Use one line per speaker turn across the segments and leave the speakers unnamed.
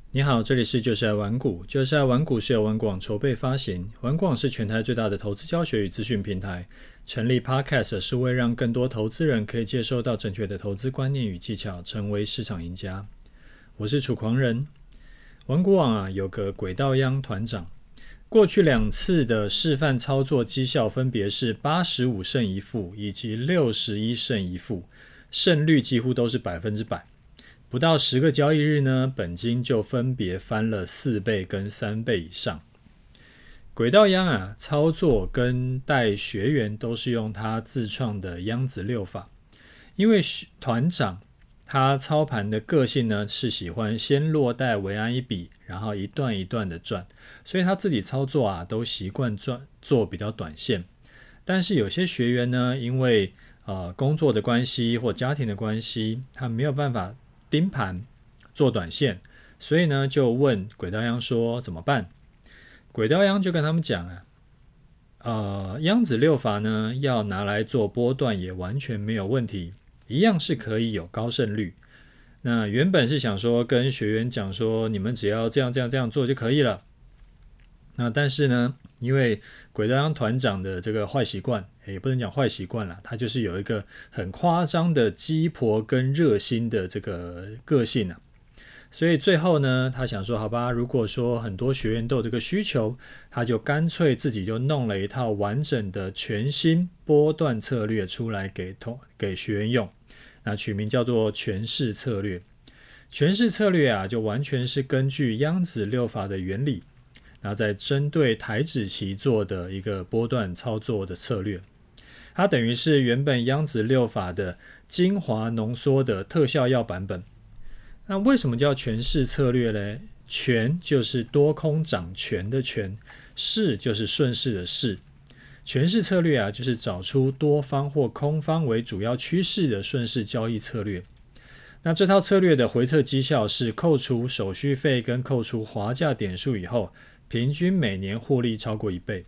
你好，这里是就是爱玩股。就是爱玩股是由玩股网筹备发行，玩股网是全台最大的投资教学与资讯平台。成立 Podcast 是为让更多投资人可以接受到正确的投资观念与技巧，成为市场赢家。我是楚狂人。玩股网有个轨道央团长，过去2次的示范操作绩效分别是85胜1负以及61胜1负，胜率几乎都是100%。不到10个交易日呢，本金就分别翻了4倍跟3倍以上。轨道央操作跟带学员都是用他自创的央子六法，因为团长他操盘的个性呢是喜欢先落袋为安一笔，然后一段一段的赚，所以他自己操作都习惯做比较短线。但是有些学员呢，因为工作的关系或家庭的关系，他没有办法盯盘做短线，所以呢就问轨道央说怎么办。轨道央就跟他们讲央子六法呢要拿来做波段也完全没有问题，一样是可以有高胜率。那原本是想说跟学员讲说，你们只要这样做就可以了。那但是呢，因为轨道央团长的这个坏习惯，也不能讲坏习惯啦，他就是有一个很夸张的鸡婆跟热心的这个个性所以最后呢，他想说好吧，如果说很多学员都有这个需求，他就干脆自己就弄了一套完整的全新波段策略出来给学员用，那取名叫做权势策略。权势策略就完全是根据央子六法的原理，然后再针对台指期做的一个波段操作的策略。它等于是原本央子六法的精华浓缩的特效药版本。那为什么叫权势策略呢？权就是多空掌权的权，势就是顺势的势。权势策略就是找出多方或空方为主要趋势的顺势交易策略。那这套策略的回测绩效是扣除手续费跟扣除滑价点数以后，平均每年获利超过1倍。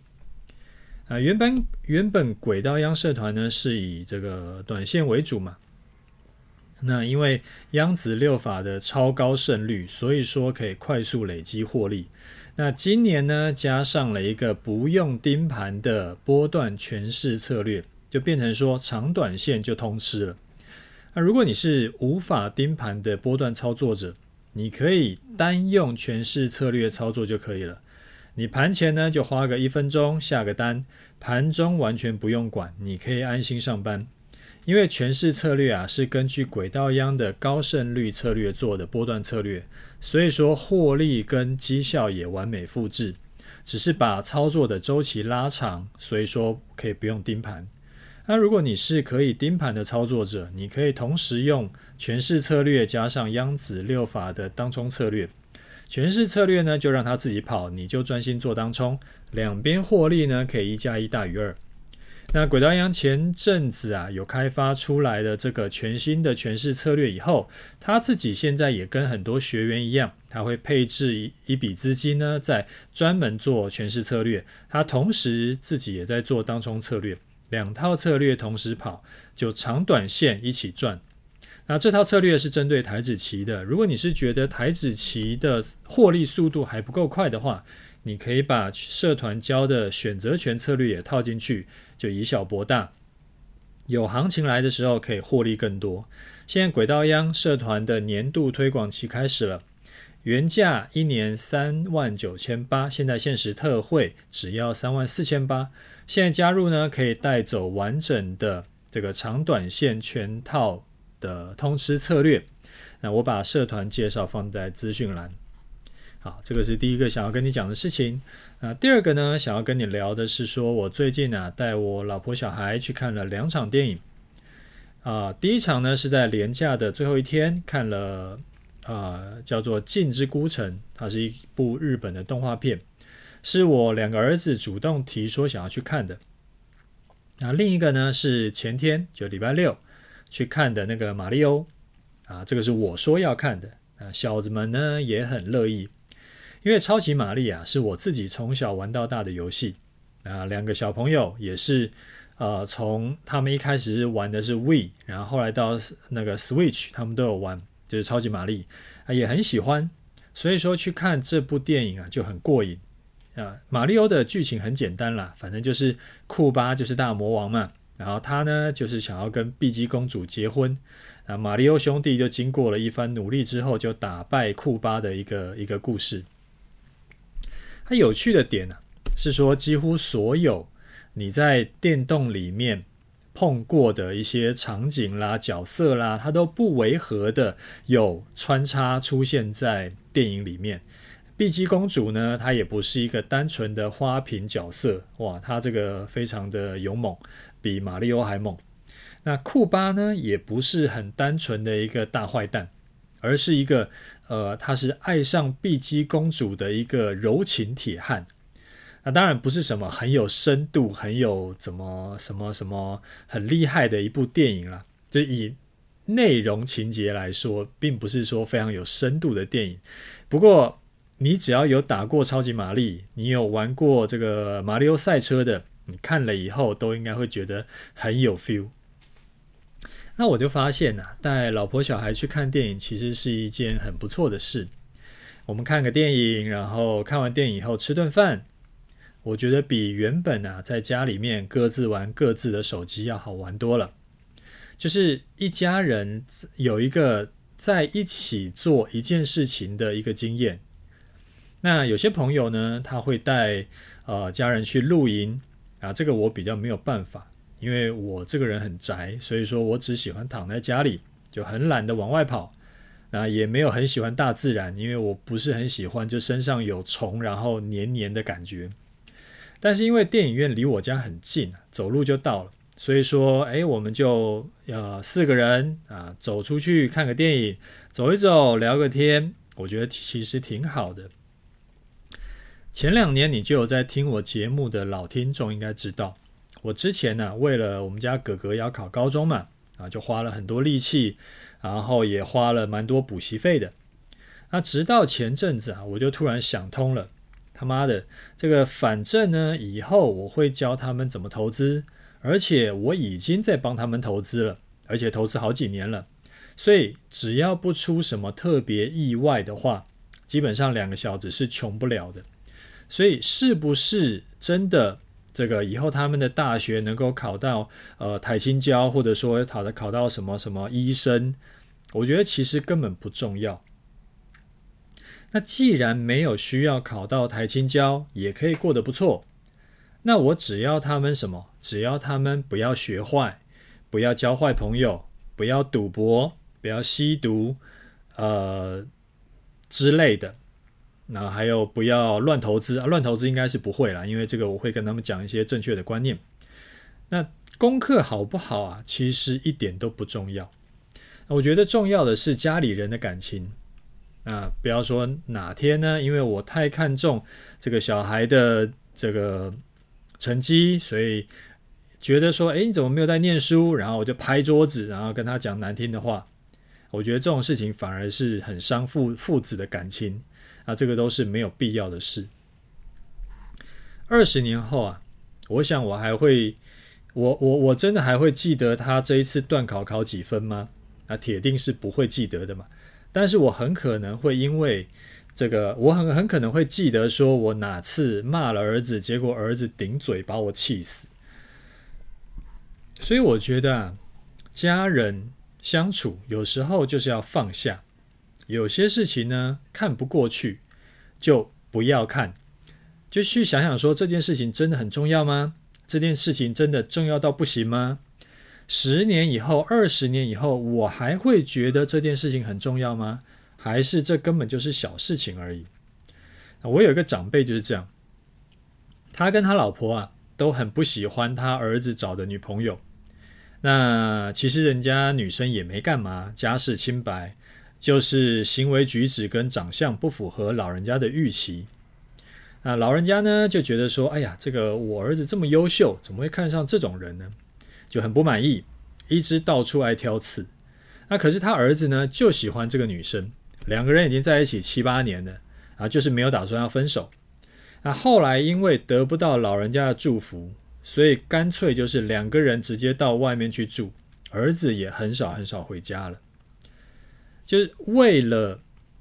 原本轨道央社团呢是以这个短线为主嘛，那因为央子六法的超高胜率，所以说可以快速累积获利。那今年呢，加上了一个不用盯盘的波段权势策略，就变成说长短线就通吃了。那如果你是无法盯盘的波段操作者，你可以单用权势策略操作就可以了。你盘前呢就花个1分钟下个单，盘中完全不用管，你可以安心上班。因为权势策略是根据轨道央的高胜率策略做的波段策略，所以说获利跟绩效也完美复制，只是把操作的周期拉长，所以说可以不用盯盘。那如果你是可以盯盘的操作者，你可以同时用权势策略加上央子六法的当冲策略。权势策略呢就让它自己跑，你就专心做当冲，两边获利呢可以1+1大于2。那轨道央前阵子有开发出来的这个全新的权势策略以后，他自己现在也跟很多学员一样，他会配置一笔资金呢，在专门做权势策略，他同时自己也在做当冲策略，2套策略同时跑，就长短线一起赚。那这套策略是针对台指期的，如果你是觉得台指期的获利速度还不够快的话，你可以把社团教的选择权策略也套进去，就以小博大，有行情来的时候可以获利更多。现在轨道央社团的年度推广期开始了，原价1年39800，现在限时特惠只要34800，现在加入呢可以带走完整的这个长短线全套的通吃策略。那我把社团介绍放在资讯栏。好，这个是第一个想要跟你讲的事情。第二个呢，想要跟你聊的是说，我最近带我老婆小孩去看了2场电影。第一场呢是在连假的最后一天看了叫做《镜之孤城》，它是一部日本的动画片，是我2个儿子主动提说想要去看的。另一个呢是前天就礼拜六去看的那个马里欧这个是我说要看的，小子们呢也很乐意。因为超级玛丽是我自己从小玩到大的游戏，2个小朋友也是从他们一开始玩的是 Wii， 然后后来到那个 Switch 他们都有玩，就是超级玛丽也很喜欢， 所以说去看这部电影啊就很过瘾啊。马里欧的剧情很简单啦，反正就是库巴就是大魔王嘛，然后他呢就是想要跟碧姬公主结婚，啊，马里欧兄弟就经过了一番努力之后就打败库巴的一个故事。它有趣的点啊是说几乎所有你在电动里面碰过的一些场景啦、角色啦，它都不违和的有穿插出现在电影里面。碧姬公主呢，她也不是一个单纯的花瓶角色，哇，她这个非常的勇猛，比马里欧还猛。那库巴呢，也不是很单纯的一个大坏蛋，而是一个他是爱上碧姬公主的一个柔情铁汉。那当然不是什么很有深度、很有什么很厉害的一部电影啦，就以内容情节来说，并不是说非常有深度的电影。不过你只要有打过超级玛丽，你有玩过这个马里奥赛车的，你看了以后都应该会觉得很有 feel。那我就发现啊，带老婆小孩去看电影其实是一件很不错的事。我们看个电影，然后看完电影以后吃顿饭，我觉得比原本啊在家里面各自玩各自的手机要好玩多了。就是一家人有一个在一起做一件事情的一个经验。那有些朋友呢，他会带家人去露营啊，这个我比较没有办法，因为我这个人很宅，所以说我只喜欢躺在家里，就很懒得往外跑。那也没有很喜欢大自然，因为我不是很喜欢就身上有虫然后黏黏的感觉。但是因为电影院离我家很近，走路就到了，所以说我们就4个人啊走出去看个电影，走一走聊个天，我觉得其实挺好的。前2年你就有在听我节目的老听众应该知道，我之前呢为了我们家哥哥要考高中嘛，就花了很多力气，然后也花了蛮多补习费的。那直到前阵子我就突然想通了，他妈的，这个反正呢以后我会教他们怎么投资，而且我已经在帮他们投资了，而且投资好几年了，所以只要不出什么特别意外的话，基本上2个小子是穷不了的。所以是不是真的这个以后他们的大学能够考到台清交，或者说考到什么什么医生，我觉得其实根本不重要。那既然没有需要考到台清交也可以过得不错，那我只要他们什么？只要他们不要学坏，不要交坏朋友，不要赌博，不要吸毒之类的，那还有不要乱投资乱投资应该是不会啦，因为这个我会跟他们讲一些正确的观念。那功课好不好其实一点都不重要。我觉得重要的是家里人的感情。不要说哪天呢，因为我太看重这个小孩的这个成绩，所以觉得说你怎么没有在念书，然后我就拍桌子，然后跟他讲难听的话。我觉得这种事情反而是很伤父子的感情，这个都是没有必要的事。20年后我想我还会我真的还会记得他这一次段考考几分吗？铁定是不会记得的嘛。但是我很可能会因为这个，我很可能会记得说我哪次骂了儿子，结果儿子顶嘴把我气死。所以我觉得家人相处有时候就是要放下，有些事情呢看不过去就不要看，就去想想说这件事情真的很重要吗？这件事情真的重要到不行吗？10年以后20年以后我还会觉得这件事情很重要吗？还是这根本就是小事情而已？我有一个长辈就是这样，他跟他老婆都很不喜欢他儿子找的女朋友。那其实人家女生也没干嘛，家世清白，就是行为举止跟长相不符合老人家的预期。那老人家呢就觉得说，哎呀，这个我儿子这么优秀，怎么会看上这种人呢？就很不满意，一直到处爱挑刺。那可是他儿子呢就喜欢这个女生，2个人已经在一起7、8年了就是没有打算要分手。那后来因为得不到老人家的祝福，所以干脆就是2个人直接到外面去住，儿子也很少回家了。就是为了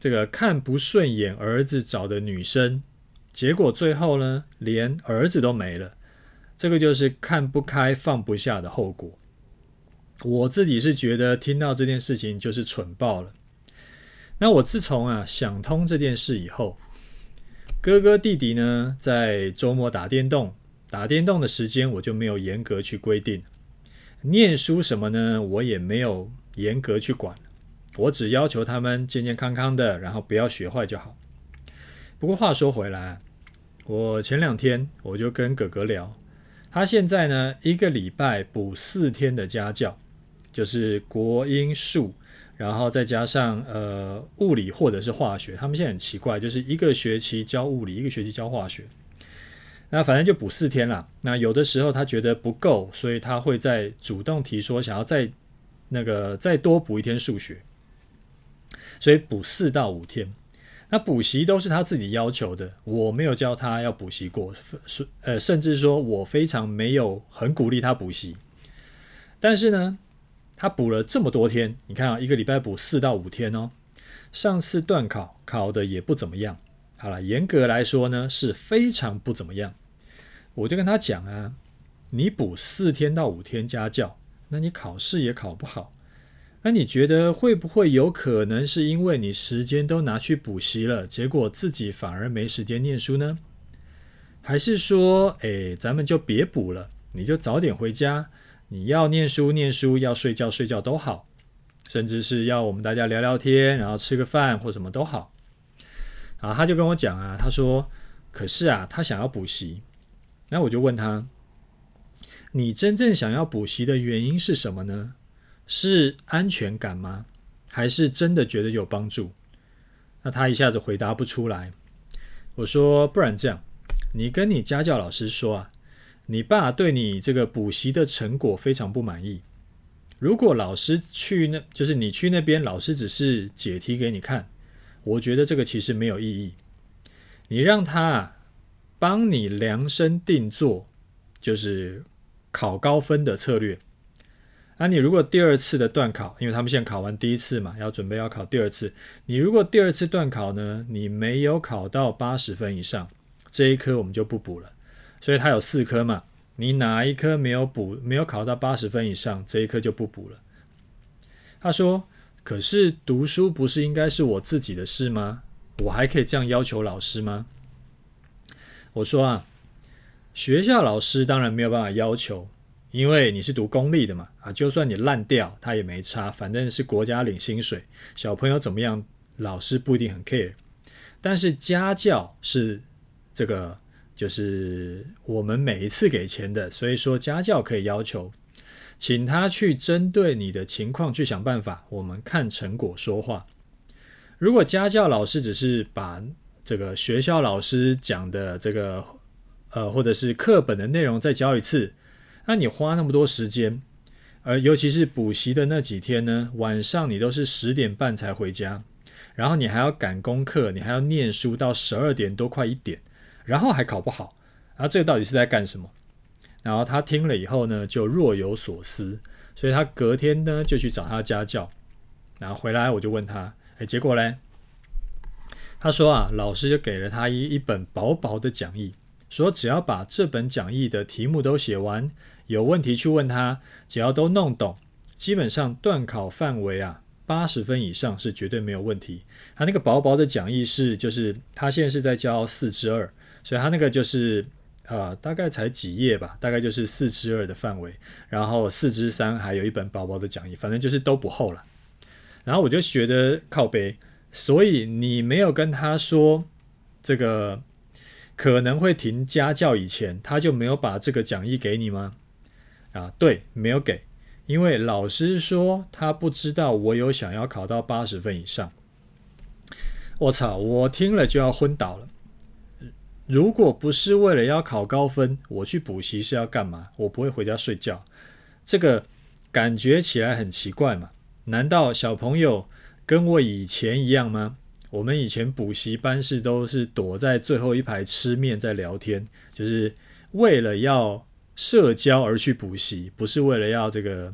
这个看不顺眼儿子找的女生，结果最后呢，连儿子都没了。这个就是看不开放不下的后果。我自己是觉得听到这件事情就是蠢爆了。那我自从想通这件事以后，哥哥弟弟呢在周末打电动的时间我就没有严格去规定，念书什么呢我也没有严格去管，我只要求他们健健康康的，然后不要学坏就好。不过话说回来，我前2天我就跟哥哥聊，他现在呢1个礼拜补4天的家教，就是国英数，然后再加上物理或者是化学。他们现在很奇怪，就是1个学期教物理，1个学期教化学。那反正就补4天啦。那有的时候他觉得不够，所以他会再主动提说想要再多补1天数学，所以补4到5天。那补习都是他自己要求的，我没有叫他要补习过，甚至说我非常没有很鼓励他补习。但是呢，他补了这么多天，你看1个礼拜补4到5天哦。上次段考考的也不怎么样，好了，严格来说呢是非常不怎么样。我就跟他讲啊，你补4天到5天家教，那你考试也考不好。那你觉得会不会有可能是因为你时间都拿去补习了，结果自己反而没时间念书呢？还是说，咱们就别补了，你就早点回家，你要念书念书，要睡觉睡觉都好，甚至是要我们大家聊聊天，然后吃个饭或什么都好。然后他就跟我讲啊，他说，可是啊，他想要补习。那我就问他，你真正想要补习的原因是什么呢？是安全感吗？还是真的觉得有帮助？那他一下子回答不出来。我说，不然这样，你跟你家教老师说啊，你爸对你这个补习的成果非常不满意。如果老师就是你去那边，老师只是解题给你看，我觉得这个其实没有意义。你让他帮你量身定做，就是考高分的策略。你如果第2次的段考，因为他们现在考完第1次嘛，准备要考第2次，你如果第2次段考呢，你没有考到80分以上，这一科我们就不补了。所以它有4科嘛，你哪一科没有考到80分以上，这一科就不补了。他说，可是读书不是应该是我自己的事吗？我还可以这样要求老师吗？我说啊，学校老师当然没有办法要求，因为你是读公立的嘛，就算你烂掉他也没差，反正是国家领薪水，小朋友怎么样老师不一定很 care。 但是家教是这个就是我们每一次给钱的，所以说家教可以要求请他去针对你的情况去想办法，我们看成果说话。如果家教老师只是把这个学校老师讲的这个或者是课本的内容再教一次，那你花那么多时间，尤其是补习的那几天呢，晚上你都是10点半才回家，然后你还要赶功课，你还要念书到12点多快1点，然后还考不好，这个到底是在干什么？然后他听了以后呢就若有所思，所以他隔天呢就去找他家教，然后回来我就问他，结果呢？他说啊，老师就给了他一本薄薄的讲义，说只要把这本讲义的题目都写完，有问题去问他，只要都弄懂，基本上段考范围80分以上是绝对没有问题。他那个薄薄的讲义就是他现在是在教4/2，所以他那个就是大概才几页吧，大概就是4/2的范围，然后4/3还有一本薄薄的讲义，反正就是都不厚了。然后我就觉得靠北，所以你没有跟他说这个可能会停家教以前，他就没有把这个讲义给你吗？对，没有给，因为老师说他不知道我有想要考到80分以上。我操，我听了就要昏倒了。如果不是为了要考高分，我去补习是要干嘛？我不会回家睡觉，这个感觉起来很奇怪嘛？难道小朋友跟我以前一样吗？我们以前补习班都是躲在最后一排吃面在聊天，就是为了要社交而去补习，不是为了要这个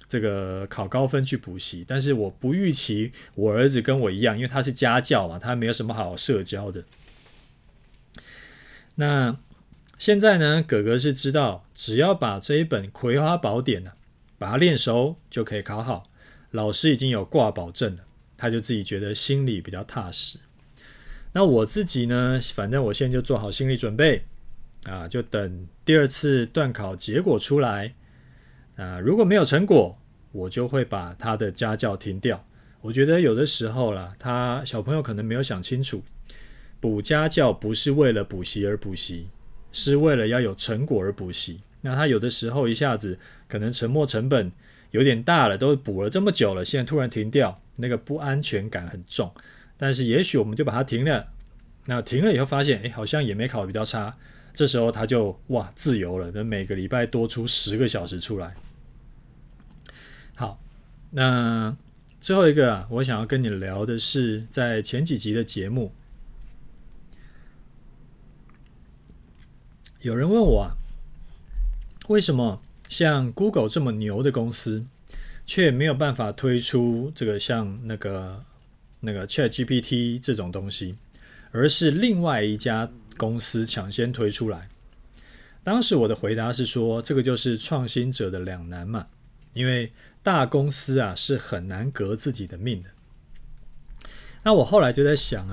这个考高分去补习，但是我不预期我儿子跟我一样，因为他是家教嘛，他没有什么好社交的。那现在呢，哥哥是知道，只要把这一本《葵花宝典》把它练熟，就可以考好。老师已经有挂保证了，他就自己觉得心里比较踏实。那我自己呢，反正我现在就做好心理准备就等第二次段考结果出来。如果没有成果，我就会把他的家教停掉。我觉得有的时候啦，小朋友可能没有想清楚，补家教不是为了补习而补习，是为了要有成果而补习。那他有的时候一下子可能沉没成本有点大了，都补了这么久了，现在突然停掉，那个不安全感很重。但是也许我们就把它停了，那停了以后发现好像也没考得比较差，这时候他就自由了，每个礼拜多出10个小时出来。好，那最后一个我想要跟你聊的是，在前几集的节目，有人问我为什么像 Google 这么牛的公司，却没有办法推出这个像那个 ChatGPT 这种东西，而是另外一家公司抢先推出来。当时我的回答是说，这个就是创新者的两难嘛，因为大公司是很难革自己的命的。那我后来就在想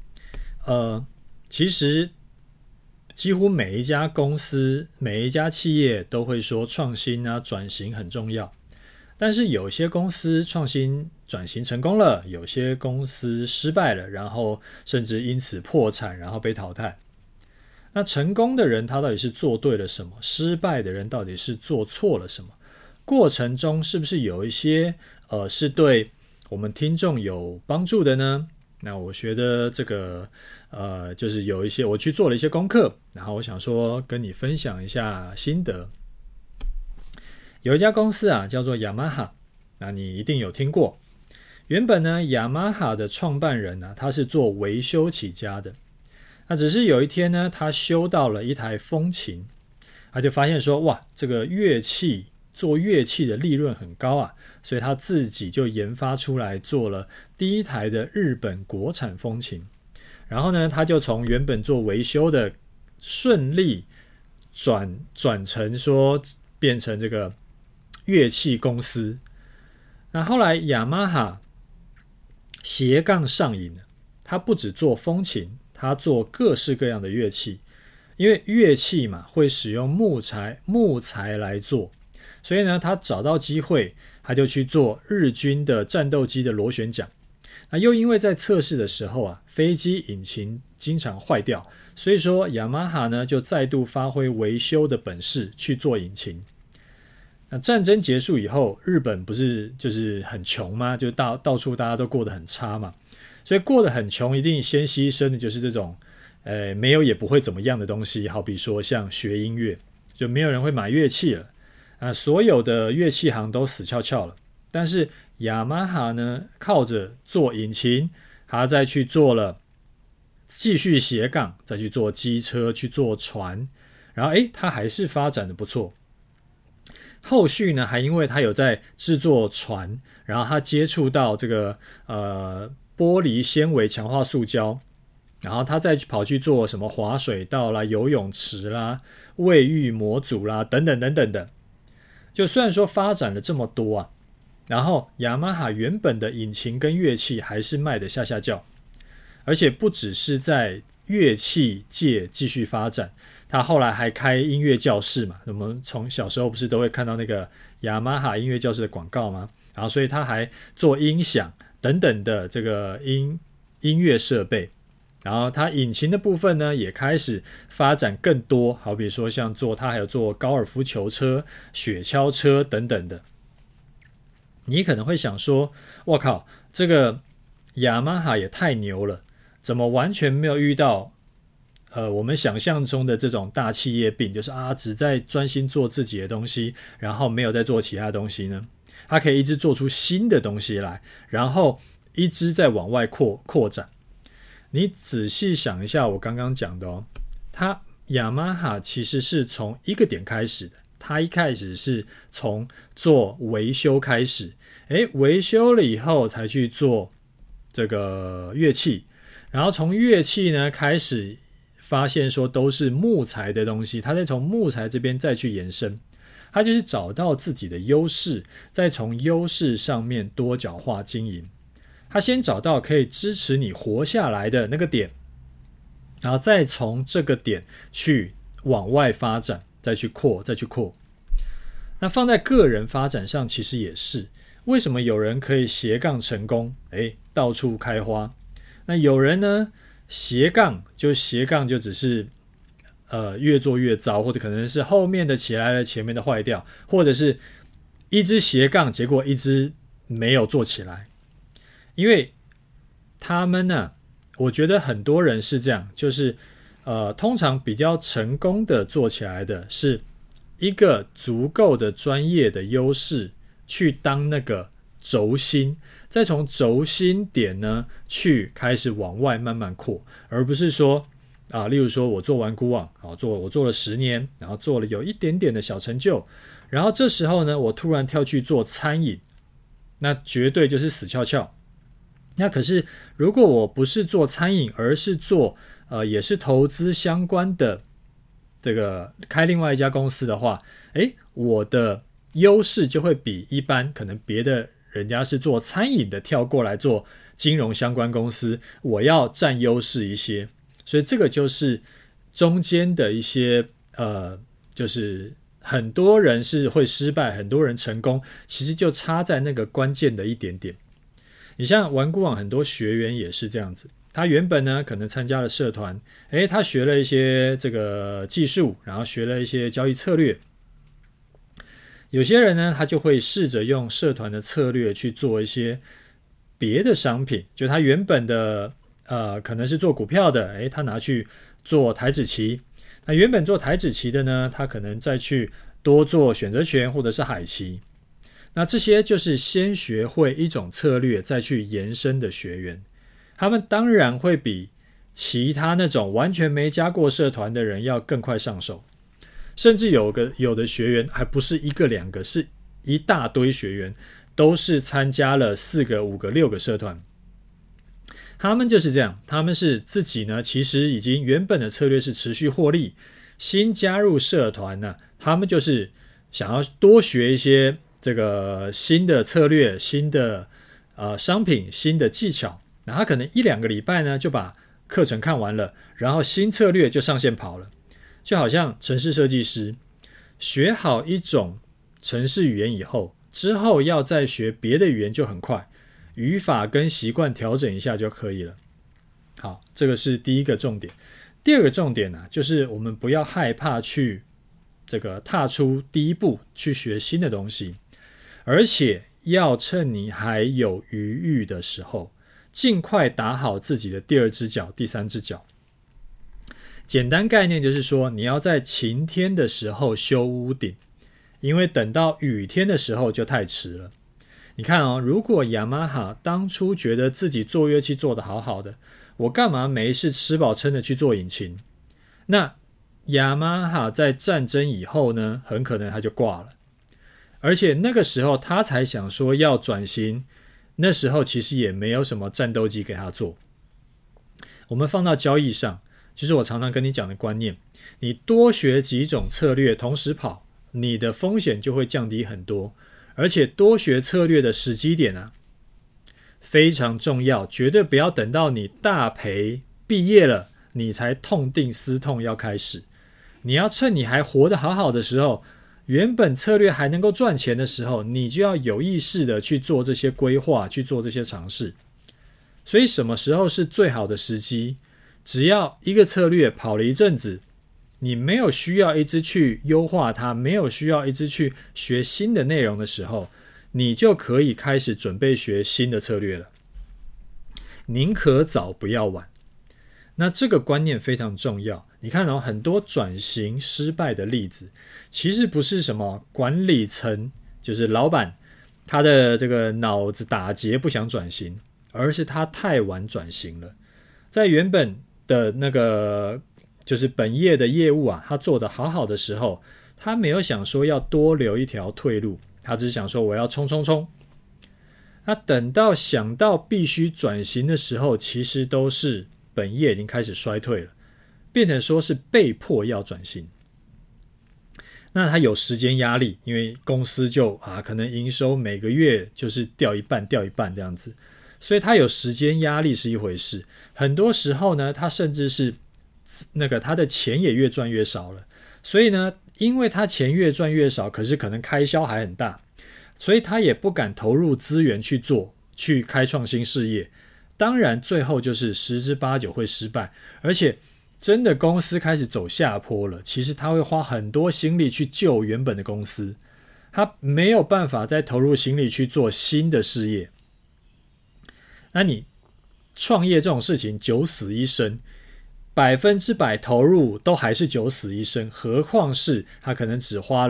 其实几乎每一家公司、每一家企业都会说创新转型很重要，但是有些公司创新转型成功了，有些公司失败了，然后甚至因此破产，然后被淘汰。那成功的人他到底是做对了什么？失败的人到底是做错了什么？过程中是不是有一些是对我们听众有帮助的呢？那我觉得这个就是有一些我去做了一些功课，然后我想说跟你分享一下心得。有一家公司叫做雅马哈，那你一定有听过。原本呢，雅马哈的创办人他是做维修起家的。那只是有一天呢，他修到了一台风琴，他就发现说，这个做乐器的利润很高所以他自己就研发出来，做了第一台的日本国产风琴。然后呢，他就从原本做维修的顺利转成说变成这个乐器公司。那后来雅马哈斜杠上瘾了，他不只做风琴，他做各式各样的乐器。因为乐器嘛，会使用木材来做，所以呢，他找到机会，他就去做日军的战斗机的螺旋桨。那又因为在测试的时候飞机引擎经常坏掉，所以说雅马哈呢就再度发挥维修的本事去做引擎。那战争结束以后，日本不是就是很穷吗？就到处大家都过得很差嘛，所以过得很穷，一定先牺牲的就是这种没有也不会怎么样的东西，好比说像学音乐，就没有人会买乐器了所有的乐器行都死翘翘了。但是雅马哈呢，靠着做引擎，他再去做了继续斜杠，再去做机车，去做船，然后他还是发展的不错。后续呢，还因为他有在制作船，然后他接触到这个玻璃纤维强化塑胶，然后他再跑去做什么滑水道啦、游泳池啦、卫浴模组啦等等等等的。就虽然说发展了这么多然后雅马哈原本的引擎跟乐器还是卖得下下叫，而且不只是在乐器界继续发展，他后来还开音乐教室嘛，我们从小时候不是都会看到那个雅马哈音乐教室的广告吗？然后所以他还做音响等等的这个音乐设备，然后他引擎的部分呢也开始发展更多，好比说像他还有做高尔夫球车、雪橇车等等的。你可能会想说，我靠，这个雅马哈也太牛了，怎么完全没有遇到我们想象中的这种大企业病，就是只在专心做自己的东西，然后没有在做其他东西呢？它可以一直做出新的东西来，然后一直在往外扩展。你仔细想一下我刚刚讲的它雅马哈其实是从一个点开始的， 他一开始是从做维修开始，维修了以后才去做这个乐器，然后从乐器呢开始发现说都是木材的东西，他再从木材这边再去延伸，他就是找到自己的优势，再从优势上面多角化经营。他先找到可以支持你活下来的那个点，然后再从这个点去往外发展，再去扩。那放在个人发展上其实也是，为什么有人可以斜杠成功，到处开花，那有人呢斜杠就只是越做越糟，或者可能是后面的起来了，前面的坏掉，或者是一只斜杠结果一只没有做起来。因为他们呢，我觉得很多人是这样，就是通常比较成功的做起来的是一个足够的专业的优势去当那个轴心，再从轴心点呢去开始往外慢慢扩，而不是说例如说我做完古网，我做了10年，然后做了有一点点的小成就，然后这时候呢我突然跳去做餐饮，那绝对就是死翘翘。那可是如果我不是做餐饮，而是做也是投资相关的这个开另外一家公司的话，我的优势就会比一般可能别的人家是做餐饮的跳过来做金融相关公司，我要占优势一些。所以这个就是中间的一些就是很多人是会失败，很多人成功，其实就差在那个关键的一点点。你像玩股网很多学员也是这样子，他原本呢可能参加了社团，他学了一些这个技术，然后学了一些交易策略。有些人呢他就会试着用社团的策略去做一些别的商品，就他原本的可能是做股票的，他拿去做台指期。那原本做台指期的呢，他可能再去多做选择权或者是海期。那这些就是先学会一种策略再去延伸的学员，他们当然会比其他那种完全没加过社团的人要更快上手，甚至有的学员还不是1个2个，是一大堆学员都是参加了4个5个6个社团。他们就是这样，他们是自己呢其实已经原本的策略是持续获利，新加入社团呢，他们就是想要多学一些这个新的策略、新的商品、新的技巧，那他可能1-2个礼拜呢就把课程看完了，然后新策略就上线跑了。就好像程式设计师学好一种程式语言以后，之后要再学别的语言就很快，语法跟习惯调整一下就可以了。好，这个是第一个重点。第二个重点呢，就是我们不要害怕去这个踏出第一步去学新的东西，而且要趁你还有余裕的时候，尽快打好自己的第2只脚、第3只脚。简单概念就是说，你要在晴天的时候修屋顶，因为等到雨天的时候就太迟了。你看如果雅马哈当初觉得自己做乐器做得好好的，我干嘛没事吃饱撑的去做引擎？那雅马哈在战争以后呢，很可能他就挂了。而且那个时候他才想说要转型，那时候其实也没有什么战斗机给他做。我们放到交易上，就是我常常跟你讲的观念，你多学几种策略同时跑，你的风险就会降低很多。而且多学策略的时机点非常重要，绝对不要等到你大赔毕业了你才痛定思痛要开始。你要趁你还活得好好的时候，原本策略还能够赚钱的时候，你就要有意识的去做这些规划，去做这些尝试。所以什么时候是最好的时机？只要一个策略跑了一阵子，你没有需要一直去优化它，没有需要一直去学新的内容的时候，你就可以开始准备学新的策略了。宁可早不要晚。那这个观念非常重要。你看很多转型失败的例子，其实不是什么管理层，就是老板他的这个脑子打结不想转型，而是他太晚转型了。在原本的那个就是本业的业务他做得好好的时候， 他没有想说要多留一条退路，他只想说我要冲冲冲。那等到想到必须转型的时候，其实都是本业已经开始衰退了，变成说是被迫要转型。那他有时间压力，因为公司就可能营收每个月就是掉一半这样子，所以他有时间压力是一回事。很多时候呢，他甚至是他的钱也越赚越少了，所以呢，因为他钱越赚越少，可是可能开销还很大，所以他也不敢投入资源去开创新事业。当然最后就是十之八九会失败，而且真的公司开始走下坡了，其实他会花很多心力去救原本的公司，他没有办法再投入心力去做新的事业。那你创业这种事情九死一生，100%投入都还是九死一生，何况是他可能只花了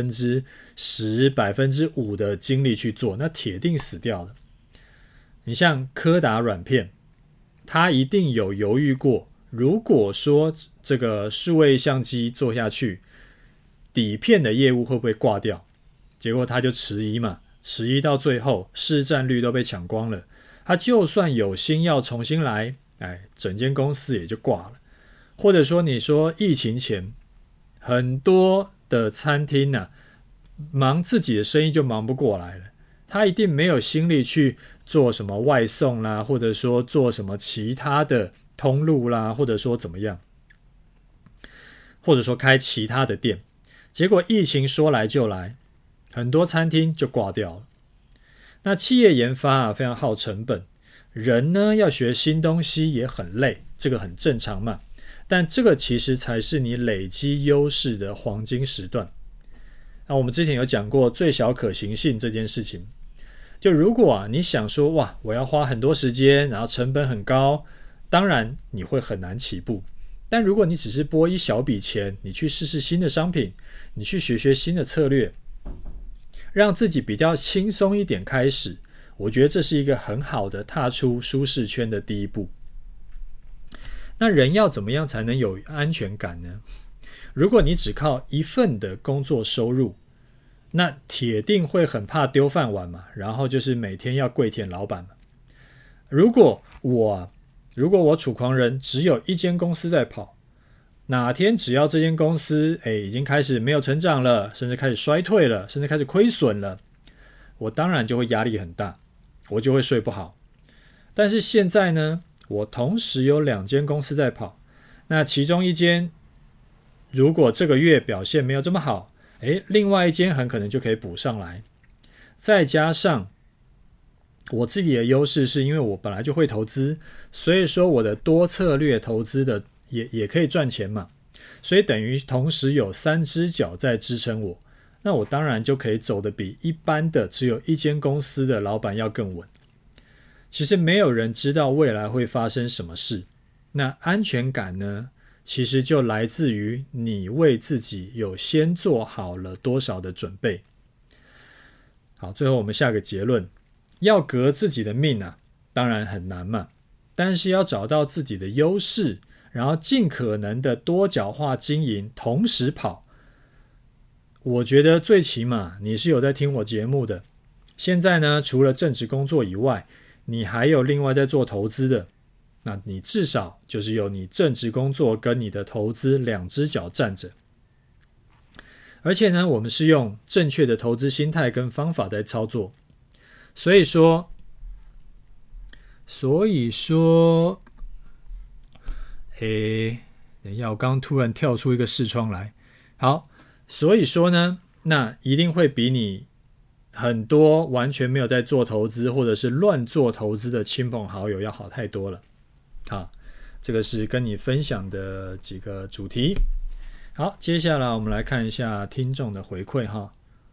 10%、5% 的精力去做，那铁定死掉了。你像柯达软片，他一定有犹豫过，如果说这个数位相机做下去，底片的业务会不会挂掉？结果他就迟疑嘛，迟疑到最后市占率都被抢光了，他就算有心要重新来，整间公司也就挂了。或者说你说疫情前很多的餐厅忙自己的生意就忙不过来了，他一定没有心力去做什么外送啦，或者说做什么其他的通路啦，或者说怎么样，或者说开其他的店。结果疫情说来就来，很多餐厅就挂掉了。那企业研发非常耗成本，人呢要学新东西也很累，这个很正常嘛。但这个其实才是你累积优势的黄金时段。那我们之前有讲过最小可行性这件事情，就如果你想说哇，我要花很多时间，然后成本很高，当然你会很难起步。但如果你只是拨一小笔钱，你去试试新的商品，你去学新的策略，让自己比较轻松一点开始，我觉得这是一个很好的踏出舒适圈的第一步。那人要怎么样才能有安全感呢？如果你只靠一份的工作收入，那铁定会很怕丢饭碗嘛，然后就是每天要跪舔老板嘛。如果我楚狂人只有一间公司在跑，哪天只要这间公司已经开始没有成长了，甚至开始衰退了，甚至开始亏损了，我当然就会压力很大，我就会睡不好。但是现在呢，我同时有2间公司在跑，那其中一间如果这个月表现没有这么好，另外一间很可能就可以补上来。再加上我自己的优势是因为我本来就会投资，所以说我的多策略投资的也可以赚钱嘛，所以等于同时有3只脚在支撑我，那我当然就可以走得比一般的只有一间公司的老板要更稳。其实没有人知道未来会发生什么事，那安全感呢，其实就来自于你为自己有先做好了多少的准备。好，最后我们下个结论，要革自己的命当然很难嘛，但是要找到自己的优势，然后尽可能的多角化经营，同时跑。我觉得最起码你是有在听我节目的，现在呢，除了正职工作以外，你还有另外在做投资的，那你至少就是有你正职工作跟你的投资2只脚站着。而且呢，我们是用正确的投资心态跟方法在操作。所以说，等一下，我刚刚突然跳出一个视窗来。好，所以说呢，那一定会比你很多完全没有在做投资或者是乱做投资的亲朋好友要好太多了。这个是跟你分享的几个主题。好，接下来我们来看一下听众的回馈哈。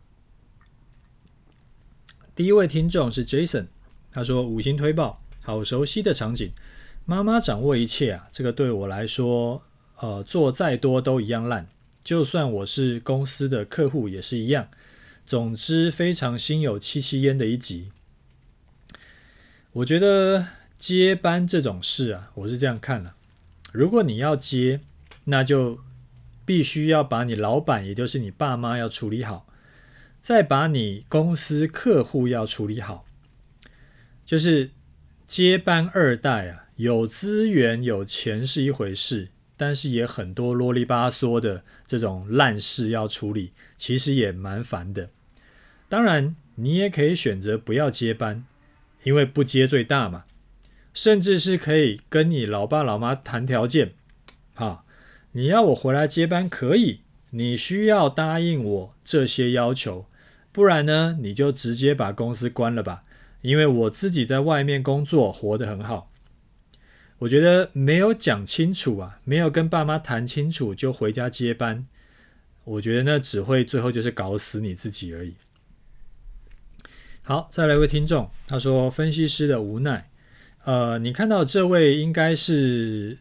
第一位听众是 Jason， 他说5星推爆，好熟悉的场景，妈妈掌握一切这个对我来说做再多都一样烂，就算我是公司的客户也是一样。总之非常心有戚戚焉的一集。我觉得接班这种事我是这样看如果你要接，那就必须要把你老板，也就是你爸妈要处理好，再把你公司客户要处理好。就是接班二代啊，有资源有钱是一回事，但是也很多啰里吧嗦的这种烂事要处理，其实也蛮烦的。当然你也可以选择不要接班，因为不接最大嘛，甚至是可以跟你老爸老妈谈条件，你要我回来接班可以，你需要答应我这些要求，不然呢你就直接把公司关了吧，因为我自己在外面工作活得很好。我觉得没有讲清楚啊，没有跟爸妈谈清楚就回家接班，我觉得那只会最后就是搞死你自己而已。好，再来一位听众，他说分析师的无奈。你看到这位应该是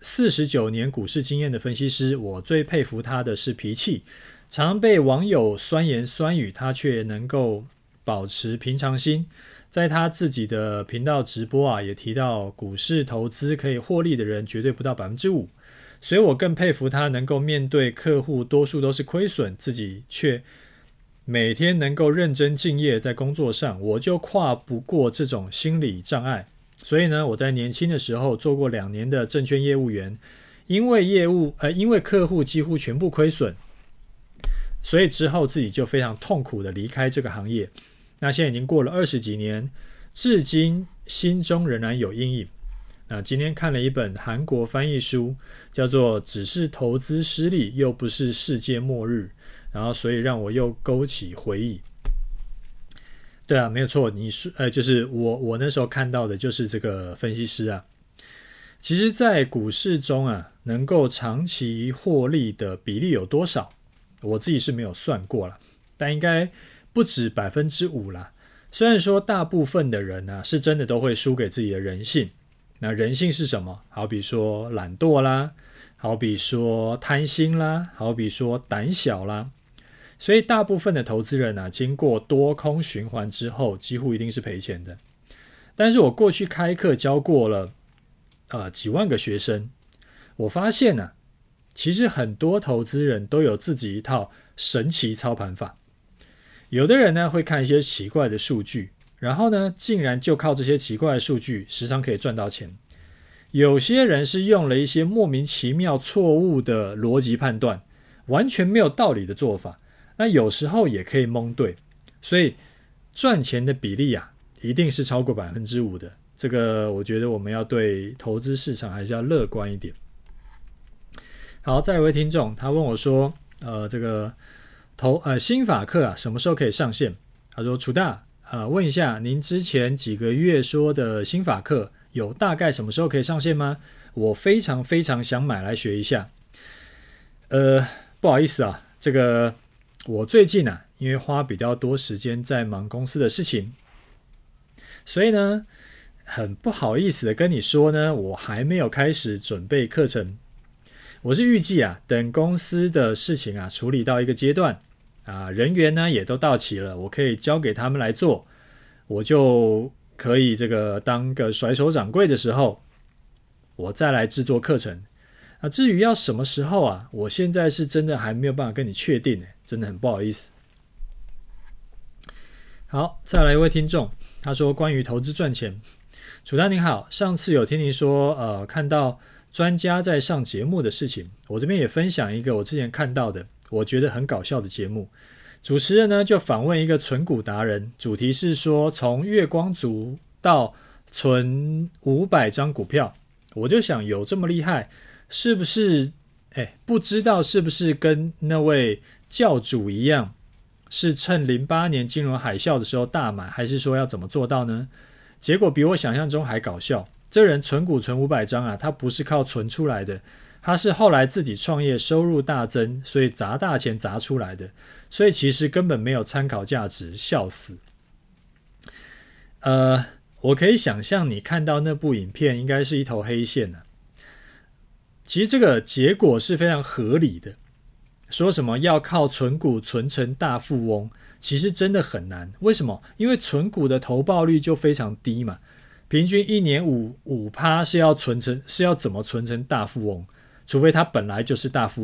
49年股市经验的分析师，我最佩服他的是脾气，常被网友酸言酸语，他却能够保持平常心。在他自己的频道直播啊，也提到股市投资可以获利的人绝对不到 5%， 所以我更佩服他能够面对客户多数都是亏损，自己却每天能够认真敬业在工作上，我就跨不过这种心理障碍。所以呢，我在年轻的时候做过2年的证券业务员，因为客户几乎全部亏损，所以之后自己就非常痛苦的离开这个行业。那现在已经过了20几年，至今心中仍然有阴影。那今天看了一本韩国翻译书，叫做《只是投资失利，又不是世界末日》，然后所以让我又勾起回忆。对啊，没有错，就是我那时候看到的就是这个分析师啊。其实在股市中啊，能够长期获利的比例有多少，我自己是没有算过啦，但应该不止 5% 啦。虽然说大部分的人啊，是真的都会输给自己的人性。那人性是什么？好比说懒惰啦，好比说贪心啦，好比说胆小啦。所以大部分的投资人啊，经过多空循环之后，几乎一定是赔钱的。但是我过去开课教过了几万个学生，我发现啊，其实很多投资人都有自己一套神奇操盘法。有的人呢会看一些奇怪的数据，然后呢竟然就靠这些奇怪的数据时常可以赚到钱。有些人是用了一些莫名其妙错误的逻辑判断，完全没有道理的做法，那有时候也可以蒙对，所以赚钱的比例啊一定是超过 5% 的。这个我觉得我们要对投资市场还是要乐观一点。好，再有一位听众，他问我说这个新法课啊什么时候可以上线？他说楚大问一下，您之前几个月说的新法课有大概什么时候可以上线吗？我非常非常想买来学一下。不好意思啊，这个我最近啊因为花比较多时间在忙公司的事情，所以呢很不好意思的跟你说呢，我还没有开始准备课程。我是预计啊，等公司的事情啊处理到一个阶段人员呢也都到齐了，我可以交给他们来做，我就可以这个当个甩手掌柜的时候，我再来制作课程。至于要什么时候啊，我现在是真的还没有办法跟你确定，真的很不好意思。好，再来一位听众，他说关于投资赚钱，楚大您好，上次有听您说看到专家在上节目的事情，我这边也分享一个我之前看到的我觉得很搞笑的节目。主持人呢就访问一个存股达人，主题是说从月光族到存500张股票。我就想有这么厉害，是不是不知道是不是跟那位教主一样，是趁08年金融海啸的时候大买，还是说要怎么做到呢？结果比我想象中还搞笑。这人存股存500张啊，他不是靠存出来的，他是后来自己创业收入大增，所以砸大钱砸出来的，所以其实根本没有参考价值，笑死。我可以想象你看到那部影片应该是一头黑线其实这个结果是非常合理的，说什么要靠存股存成大富翁，其实真的很难。为什么？因为存股的投报率就非常低嘛，平均1年 5% 是要怎么存成大富翁？除非他本来就是大富翁。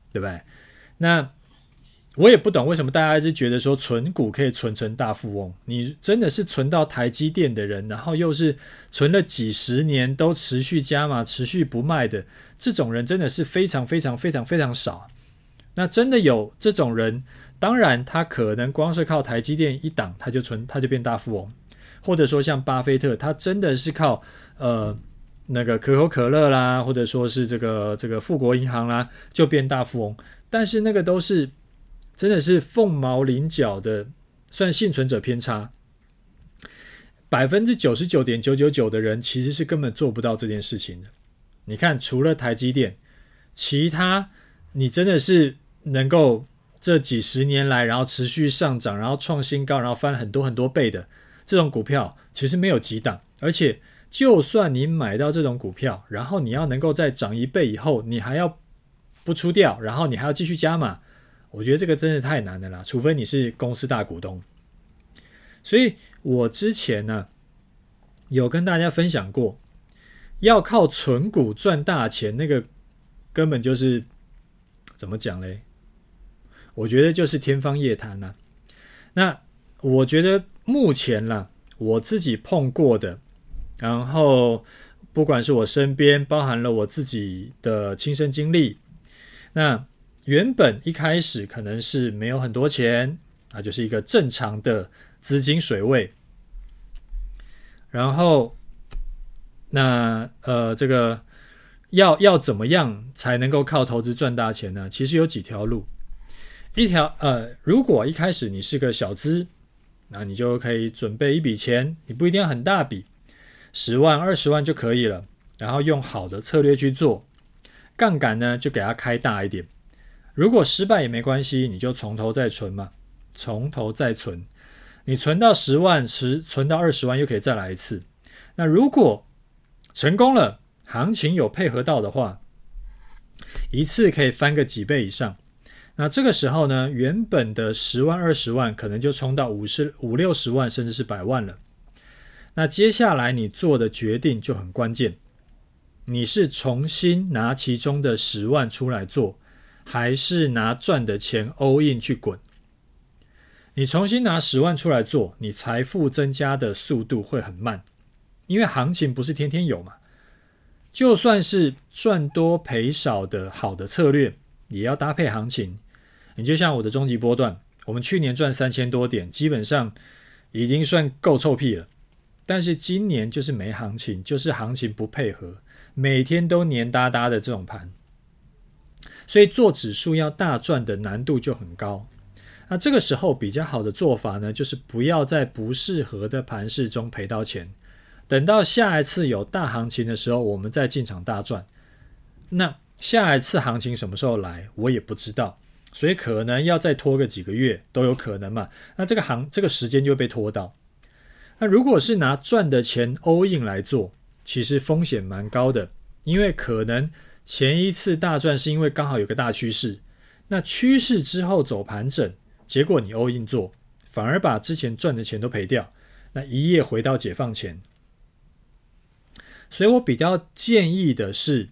对不对？那我也不懂为什么大家一直觉得说存股可以存成大富翁。你真的是存到台积电的人，然后又是存了几十年都持续加码、持续不卖的，这种人真的是非常非常非常非常少。那真的有这种人，当然他可能光是靠台积电一档，他就变大富翁，或者说像巴菲特，他真的是靠那个可口可乐啦，或者说是这个富国银行啦，就变大富翁。但是那个都是真的是凤毛麟角的，算幸存者偏差。99.999% 的人其实是根本做不到这件事情的。你看，除了台积电，其他你真的是能够这几十年来，然后持续上涨，然后创新高，然后翻很多很多倍的这种股票，其实没有几档。而且，就算你买到这种股票，然后你要能够再涨1倍以后，你还要不出掉，然后你还要继续加码，我觉得这个真的太难了啦，除非你是公司大股东。所以我之前呢，有跟大家分享过，要靠存股赚大钱，那个根本就是怎么讲嘞？我觉得就是天方夜谭啦。那我觉得目前啦，我自己碰过的，然后不管是我身边包含了我自己的亲身经历，那原本一开始可能是没有很多钱，就是一个正常的资金水位。然后那这个要怎么样才能够靠投资赚大钱呢？其实有几条路。如果一开始你是个小资，那你就可以准备一笔钱，你不一定要很大笔，10万、20万就可以了，然后用好的策略去做，杠杆呢就给它开大一点。如果失败也没关系，你就从头再存嘛，从头再存。你存到10万，存到20万又可以再来一次。那如果成功了，行情有配合到的话，一次可以翻个几倍以上。那这个时候呢，原本的10万、20万可能就冲到50、60万，甚至是100万了。那接下来你做的决定就很关键，你是重新拿其中的10万出来做，还是拿赚的钱 all in 去滚？你重新拿10万出来做，你财富增加的速度会很慢，因为行情不是天天有嘛。就算是赚多赔少的好的策略，也要搭配行情。你就像我的终极波段，我们去年赚3000多点，基本上已经算够臭屁了。但是今年就是没行情，就是行情不配合，每天都黏哒哒的这种盘，所以做指数要大赚的难度就很高。那这个时候比较好的做法呢，就是不要在不适合的盘势中赔到钱，等到下一次有大行情的时候，我们再进场大赚。那下一次行情什么时候来，我也不知道，所以可能要再拖个几个月都有可能嘛。那这个时间就会被拖到。那如果是拿赚的钱 all in 来做，其实风险蛮高的，因为可能前一次大赚是因为刚好有个大趋势，那趋势之后走盘整，结果你 all in 做，反而把之前赚的钱都赔掉，那一夜回到解放前。所以我比较建议的是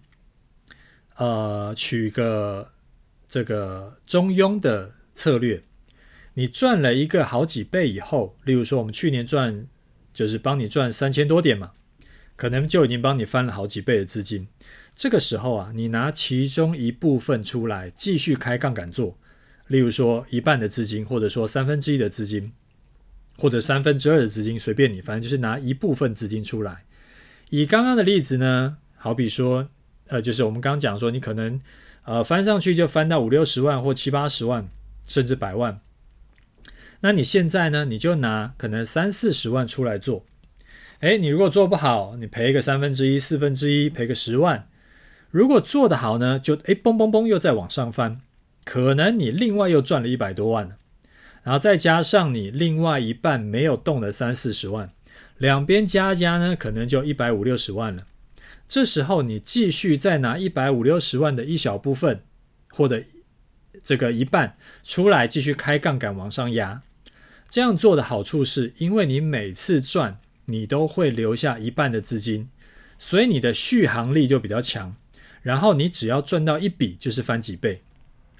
取个这个中庸的策略。你赚了一个好几倍以后，例如说我们去年就是帮你赚3000多点嘛，可能就已经帮你翻了好几倍的资金。这个时候啊，你拿其中一部分出来继续开杠杆做，例如说1半的资金，或者说1/3的资金，或者2/3的资金，随便你，反正就是拿一部分资金出来。以刚刚的例子呢，好比说就是我们刚刚讲说，你可能翻上去就翻到50、60万或70、80万，甚至100万。那你现在呢，你就拿可能30、40万出来做。你如果做不好，你赔个1/3、1/4，赔个10万。如果做得好呢，就嘣嘣嘣又再往上翻，可能你另外又赚了100多万了。然后再加上你另外一半没有动的30、40万，两边加加呢，可能就150、60万了。这时候你继续再拿150、60万的一小部分，或者这个一半出来继续开杠杆往上压。这样做的好处是，因为你每次赚你都会留下一半的资金，所以你的续航力就比较强，然后你只要赚到一笔就是翻几倍。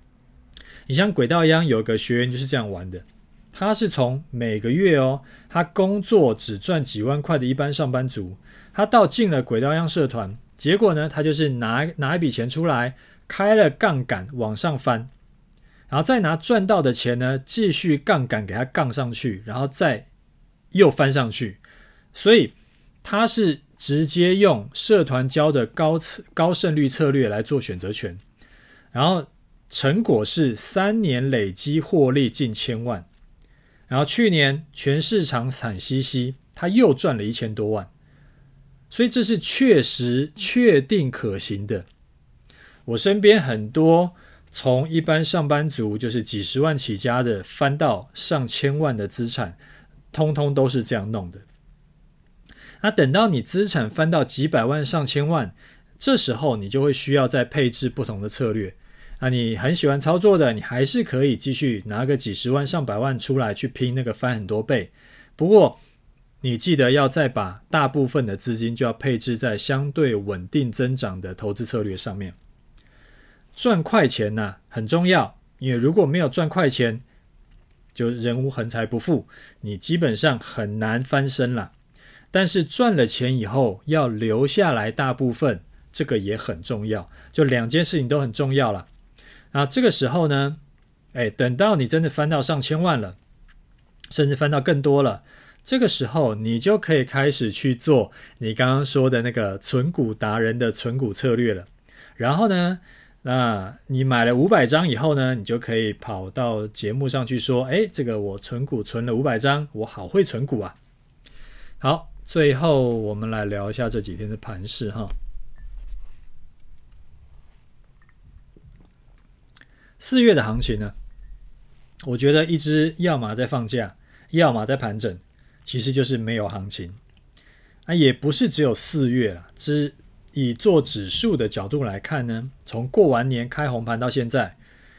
你像轨道央有个学员就是这样玩的，他是从每个月他工作只赚几万块的一般上班族，他到进了轨道央社团，结果呢，他就是拿一笔钱出来，开了杠杆往上翻，然后再拿赚到的钱呢，继续杠杆给他杠上去，然后再又翻上去，所以他是直接用社团教的高胜率策略来做选择权，然后成果是3年累积获利近1000万，然后去年全市场惨兮兮，他又赚了1000多万，所以这是确实确定可行的。我身边很多从一般上班族就是几十万起家的，翻到上千万的资产，通通都是这样弄的。那等到你资产翻到几百万上千万，这时候你就会需要再配置不同的策略。你很喜欢操作的，你还是可以继续拿个几十万上百万出来去拼那个翻很多倍，不过你记得要再把大部分的资金就要配置在相对稳定增长的投资策略上面。赚快钱很重要，因为如果没有赚快钱，就人无横财不富，你基本上很难翻身啦。但是赚了钱以后要留下来大部分，这个也很重要，就2件事情都很重要啦。那这个时候呢，等到你真的翻到上千万了，甚至翻到更多了，这个时候你就可以开始去做你刚刚说的那个存股达人的存股策略了。然后呢，那你买了500张以后呢，你就可以跑到节目上去说，这个我存股存了500张，我好会存股啊。好，最后我们来聊一下这几天的盘势哈。4月的行情呢，我觉得一直要么在放假，要么在盘整，其实就是没有行情。也不是只有4月啦，以做指数的角度来看呢，从过完年开红盘到现在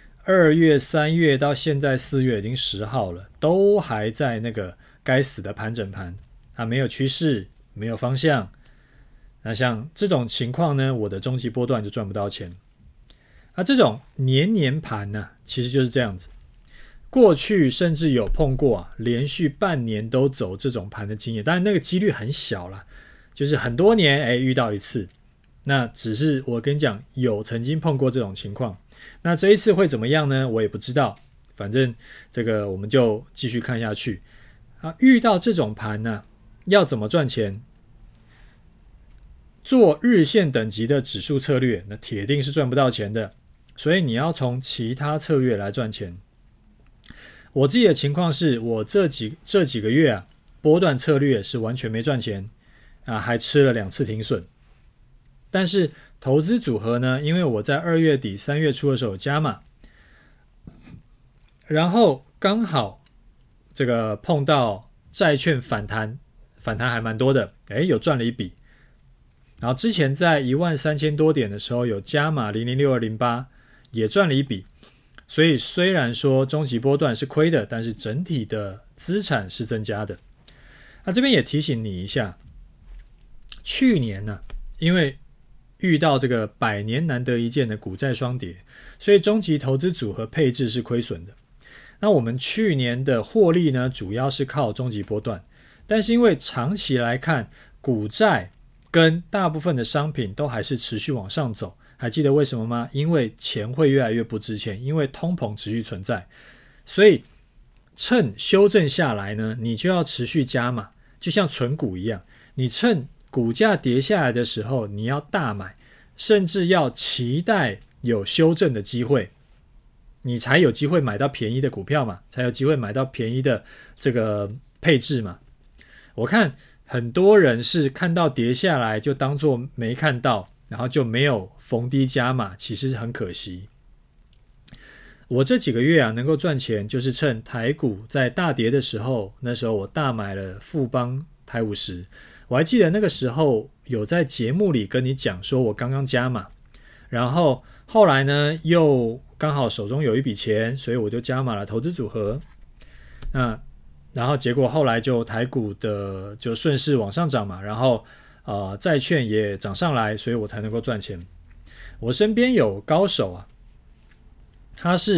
，2月、3月到现在4月已经10号了，都还在那个该死的盘整盘，没有趋势，没有方向。那像这种情况呢，我的中期波段就赚不到钱。这种年年盘呢，其实就是这样子。过去甚至有碰过连续半年都走这种盘的经验，当然那个几率很小啦，就是很多年遇到一次。那只是我跟你讲，有曾经碰过这种情况。那这一次会怎么样呢？我也不知道，反正这个我们就继续看下去。遇到这种盘呢，要怎么赚钱？做日线等级的指数策略，那铁定是赚不到钱的。所以你要从其他策略来赚钱。我自己的情况是，我这几个月波段策略是完全没赚钱还吃了2次停损。但是投资组合呢，因为我在2月底3月初的时候有加码，然后刚好这个碰到债券反弹还蛮多的，有赚了一笔。然后之前在13000多点的时候有加码006208，也赚了一笔。所以虽然说中期波段是亏的，但是整体的资产是增加的。那这边也提醒你一下，去年呢，因为遇到这个100年难得一见的股债双跌，所以中期投资组合配置是亏损的。那我们去年的获利呢，主要是靠中期波段，但是因为长期来看，股债跟大部分的商品都还是持续往上走。还记得为什么吗？因为钱会越来越不值钱，因为通膨持续存在，所以趁修正下来呢，你就要持续加码，就像存股一样，你趁股价跌下来的时候，你要大买，甚至要期待有修正的机会，你才有机会买到便宜的股票嘛，才有机会买到便宜的这个配置嘛。我看很多人是看到跌下来就当作没看到，然后就没有逢低加码，其实很可惜。我这几个月能够赚钱，就是趁台股在大跌的时候，那时候我大买了富邦台50，我还记得那个时候有在节目里跟你讲说我刚刚加码，然后后来呢又刚好手中有一笔钱，所以我就加码了投资组合。然后结果后来就台股的就顺势往上涨嘛，然后债券也涨上来，所以我才能够赚钱。我身边有高手他是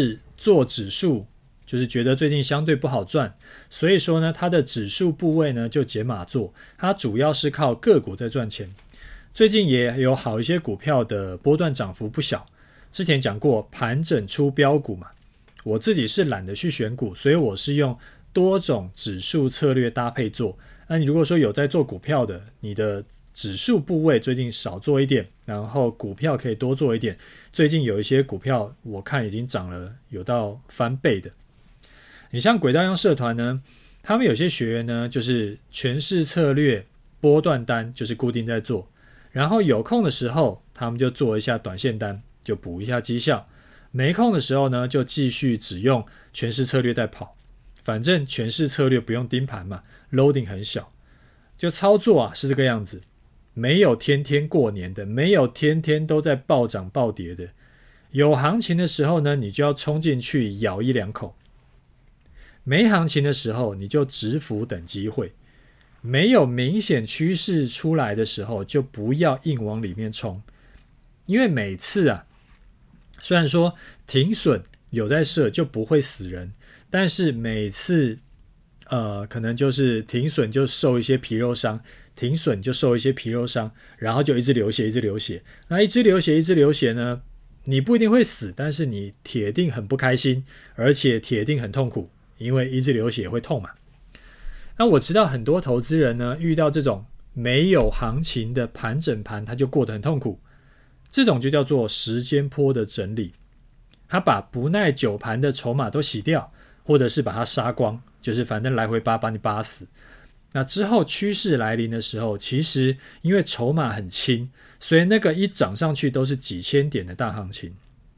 做指数，就是觉得最近相对不好赚，所以说呢，它的指数部位呢就减码做，它主要是靠个股在赚钱。最近也有好一些股票的波段涨幅不小，之前讲过盘整出标股嘛，我自己是懒得去选股，所以我是用多种指数策略搭配做。那你如果说有在做股票的，你的指数部位最近少做一点，然后股票可以多做一点。最近有一些股票我看已经涨了有到翻倍的。你像轨道样社团呢，他们有些学员呢就是权势策略波段单就是固定在做，然后有空的时候他们就做一下短线单，就补一下绩效，没空的时候呢就继续只用权势策略在跑，反正权势策略不用盯盘嘛， loading 很小，就操作啊是这个样子。没有天天过年的，没有天天都在暴涨暴跌的，有行情的时候呢你就要冲进去咬一两口，没行情的时候你就止幅等机会，没有明显趋势出来的时候就不要硬往里面冲。因为每次啊，虽然说停损有在设就不会死人，但是每次可能就是停损就受一些皮肉伤，停损就受一些皮肉伤，然后就一直流血一直流血，那一直流血一直流血呢，你不一定会死，但是你铁定很不开心，而且铁定很痛苦，因为一直流血会痛嘛。那我知道很多投资人呢遇到这种没有行情的盘整盘他就过得很痛苦，这种就叫做时间波的整理，他把不耐久盘的筹码都洗掉，或者是把它杀光，就是反正来回扒把你扒死。那之后趋势来临的时候，其实因为筹码很轻，所以那个一涨上去都是几千点的大行情。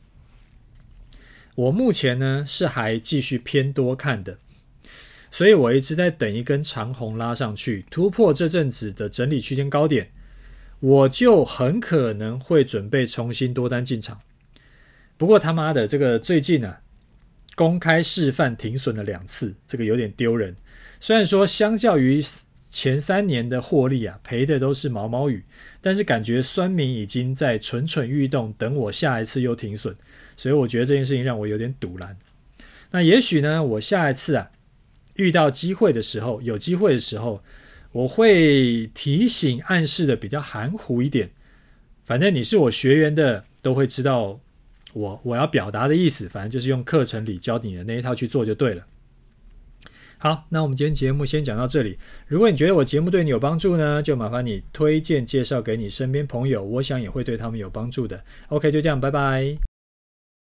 我目前呢是还继续偏多看的，所以我一直在等一根长红拉上去，突破这阵子的整理区间高点，我就很可能会准备重新多单进场。不过他妈的这个最近啊，公开示范停损了2次，这个有点丢人。虽然说相较于前3年的获利啊，赔的都是毛毛雨，但是感觉酸民已经在蠢蠢欲动，等我下一次又停损，所以我觉得这件事情让我有点堵拦。那也许呢，我下一次啊遇到机会的时候，有机会的时候，我会提醒暗示的比较含糊一点。反正你是我学员的，都会知道我要表达的意思，反正就是用课程里教你的那一套去做就对了。好，那我们今天节目先讲到这里。如果你觉得我节目对你有帮助呢，就麻烦你推荐介绍给你身边朋友，我想也会对他们有帮助的。OK， 就这样，拜拜。